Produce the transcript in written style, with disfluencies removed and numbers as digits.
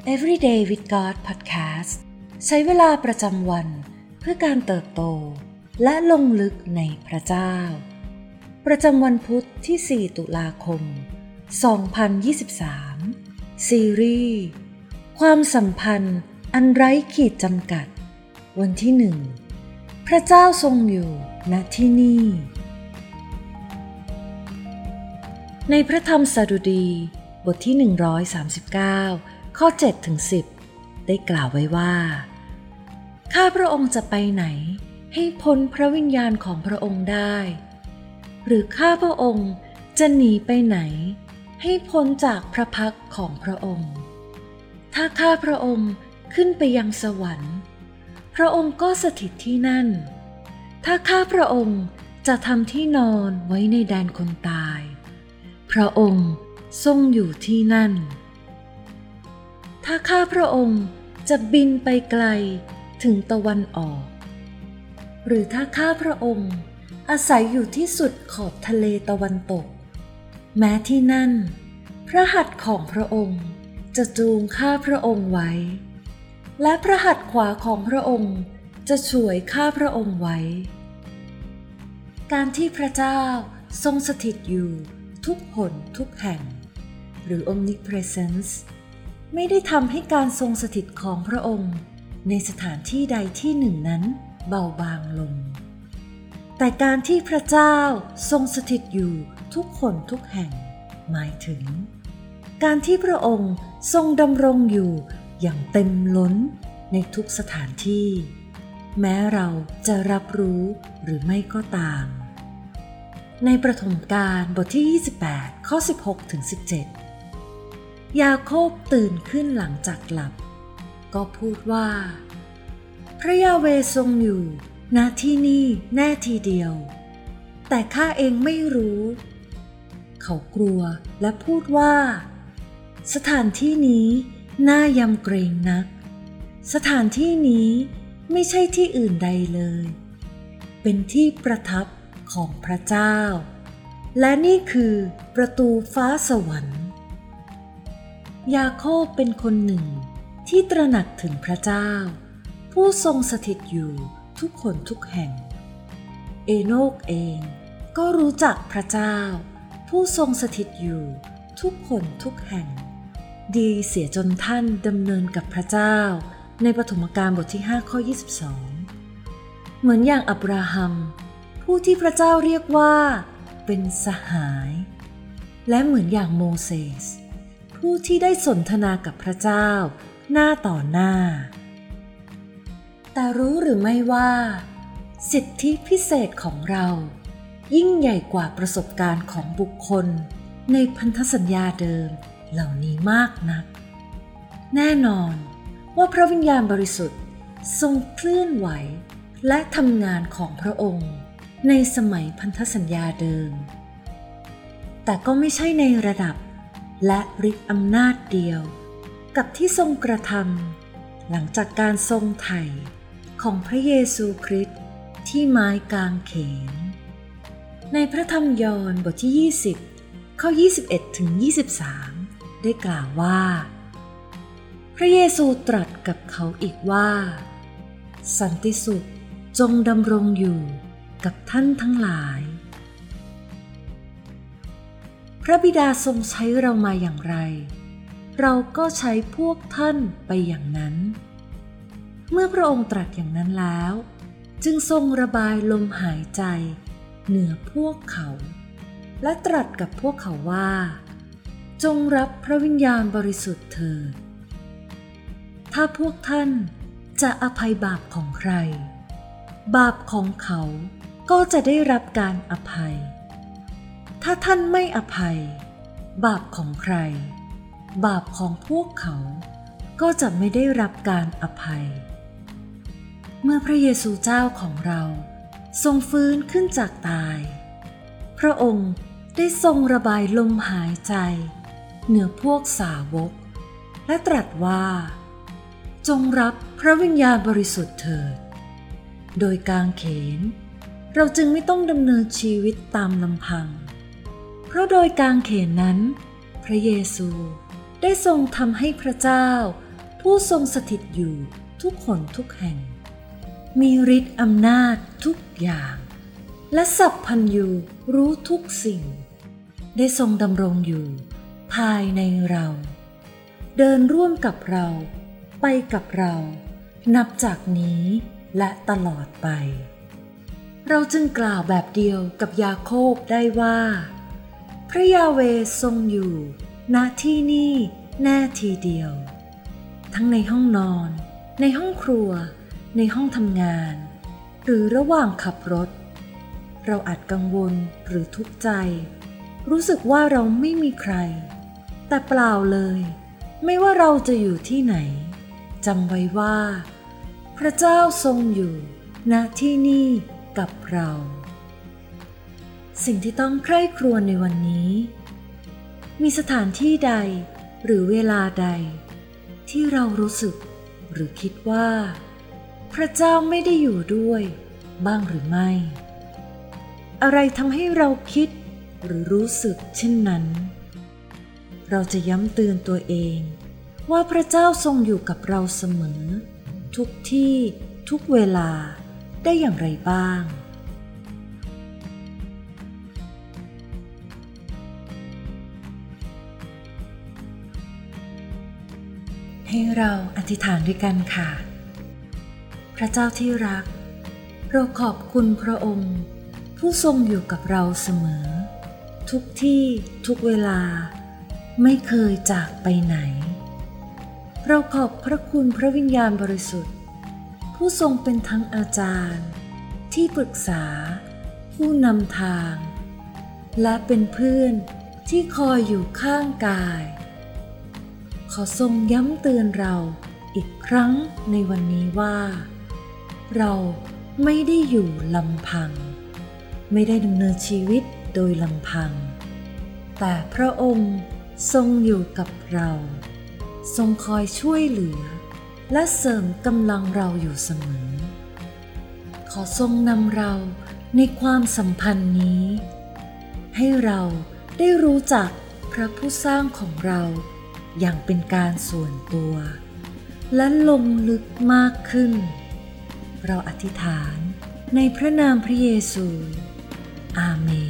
Everyday with God Podcast ใช้เวลาประจำวันเพื่อการเติบโตและลงลึกในพระเจ้าประจำวันพุธที่ 4 ตุลาคม 2023 ซีรีส์ความสัมพันธ์อันไร้ขีดจำกัดวันที่ 1 พระเจ้าทรงอยู่ณที่นี่ในพระธรรมสดุดีบทที่ 139 ข้อ 7-10 ได้กล่าวไว้ว่าข้าพระองค์จะไปไหนให้พ้นพระวิญญาณของพระองค์ได้หรือข้าพระองค์จะหนีไปไหนให้พ้นจากพระพักของพระองค์ถ้าข้าพระองค์ขึ้นไปยังสวรรค์พระองค์ก็สถิตที่นั่นถ้าข้าพระองค์จะทำที่นอนไว้ในแดนคนตายพระองค์ทรงอยู่ที่นั่นถ้าข้าพระองค์จะบินไปไกลถึงตะวันออกหรือถ้าข้าพระองค์อาศัยอยู่ที่สุดขอบทะเลตะวันตกแม้ที่นั่นพระหัตถ์ของพระองค์จะจูงข้าพระองค์ไว้และพระหัตถ์ขวาของพระองค์จะช่วยข้าพระองค์ไว้การที่พระเจ้าทรงสถิตอยู่ทุกหนทุกแห่งหรือ Omnipresence ไม่ได้ทำให้การทรงสถิตของพระองค์ในสถานที่ใดที่หนึ่งนั้นเบาบางลงแต่การที่พระเจ้าทรงสถิตอยู่ทุกหนทุกแห่งหมายถึงการที่พระองค์ทรงดำรงอยู่อย่างเต็มล้นในทุกสถานที่แม้เราจะรับรู้หรือไม่ก็ตามในประถมกาลบทที่28ข้อ16-17ยาโคบตื่นขึ้นหลังจากหลับก็พูดว่าพระยาเวห์ทรงอยู่ณที่นี่แน่ทีเดียวแต่ข้าเองไม่รู้เขากลัวและพูดว่าสถานที่นี้น่ายำเกรงนักสถานที่นี้ไม่ใช่ที่อื่นใดเลยเป็นที่ประทับของพระเจ้าและนี่คือประตูฟ้าสวรรค์ยาโคบเป็นคนหนึ่งที่ตระหนักถึงพระเจ้าผู้ทรงสถิตอยู่ทุกคนทุกแห่งเอโนกเองก็รู้จักพระเจ้าผู้ทรงสถิตอยู่ทุกคนทุกแห่งดีเสียจนท่านดำเนินกับพระเจ้าในปฐมกาลบทที่5ข้อ22เหมือนอย่างอับราฮัมผู้ที่พระเจ้าเรียกว่าเป็นสหายและเหมือนอย่างโมเสสผู้ที่ได้สนทนากับพระเจ้าหน้าต่อหน้าแต่รู้หรือไม่ว่าสิทธิพิเศษของเรายิ่งใหญ่กว่าประสบการณ์ของบุคคลในพันธสัญญาเดิมเหล่านี้มากนักแน่นอนว่าพระวิญญาณบริสุทธิ์ทรงเคลื่อนไหวและทำงานของพระองค์ในสมัยพันธสัญญาเดิมแต่ก็ไม่ใช่ในระดับและฤทธิ์อำนาจเดียวกับที่ทรงกระทำหลังจากการทรงไถ่ของพระเยซูคริสต์ที่ไม้กางเขนในพระธรรมยอห์นบทที่20ข้อ21-23ได้กล่าวว่าพระเยซูตรัสกับเขาอีกว่าสันติสุขจงดำรงอยู่กับท่านทั้งหลายพระบิดาทรงใช้เรามาอย่างไรเราก็ใช้พวกท่านไปอย่างนั้นเมื่อพระองค์ตรัสอย่างนั้นแล้วจึงทรงระบายลมหายใจเหนือพวกเขาและตรัสกับพวกเขาว่าจงรับพระวิญญาณบริสุทธิ์เถิดถ้าพวกท่านจะอภัยบาปของใครบาปของเขาก็จะได้รับการอภัยถ้าท่านไม่อภัยบาปของใครบาปของพวกเขาก็จะไม่ได้รับการอภัยเมื่อพระเยซูเจ้าของเราทรงฟื้นขึ้นจากตายพระองค์ได้ทรงระบายลมหายใจเหนือพวกสาวกและตรัสว่าจงรับพระวิญญาณบริสุทธิ์เถิดโดยกางเขนเราจึงไม่ต้องดำเนินชีวิตตามลำพังเพราะโดยกางเขนนั้นพระเยซูได้ทรงทำให้พระเจ้าผู้ทรงสถิตอยู่ทุกหนทุกแห่งมีฤทธิ์อำนาจทุกอย่างและสัพพัญญูรู้ทุกสิ่งได้ทรงดำรงอยู่ภายในเราเดินร่วมกับเราไปกับเรานับจากนี้และตลอดไปเราจึงกล่าวแบบเดียวกับยาโคบได้ว่าพระยาเวห์ทรงอยู่ณที่นี่แน่ทีเดียวทั้งในห้องนอนในห้องครัวในห้องทำงานหรือระหว่างขับรถเราอาจกังวลหรือทุกข์ใจรู้สึกว่าเราไม่มีใครแต่เปล่าเลยไม่ว่าเราจะอยู่ที่ไหนจำไว้ว่าพระเจ้าทรงอยู่ณที่นี่กับเราสิ่งที่ต้องใคร่ครวญในวันนี้มีสถานที่ใดหรือเวลาใดที่เรารู้สึกหรือคิดว่าพระเจ้าไม่ได้อยู่ด้วยบ้างหรือไม่อะไรทำให้เราคิดหรือรู้สึกเช่นนั้นเราจะย้ำเตือนตัวเองว่าพระเจ้าทรงอยู่กับเราเสมอทุกที่ทุกเวลาได้อย่างไรบ้างให้เราอธิษฐานด้วยกันค่ะพระเจ้าที่รักเราขอบคุณพระองค์ผู้ทรงอยู่กับเราเสมอทุกที่ทุกเวลาไม่เคยจากไปไหนเราขอบพระคุณพระวิญญาณบริสุทธิ์ผู้ทรงเป็นทั้งอาจารย์ที่ปรึกษาผู้นำทางและเป็นเพื่อนที่คอยอยู่ข้างกายขอทรงย้ำเตือนเราอีกครั้งในวันนี้ว่าเราไม่ได้อยู่ลำพังไม่ได้ดำเนินชีวิตโดยลำพังแต่พระองค์ทรงอยู่กับเราทรงคอยช่วยเหลือและเสริมกำลังเราอยู่เสมอขอทรงนำเราในความสัมพันธ์นี้ให้เราได้รู้จักพระผู้สร้างของเราอย่างเป็นการส่วนตัวและลงลึกมากขึ้นเราอธิษฐานในพระนามพระเยซูอาเมน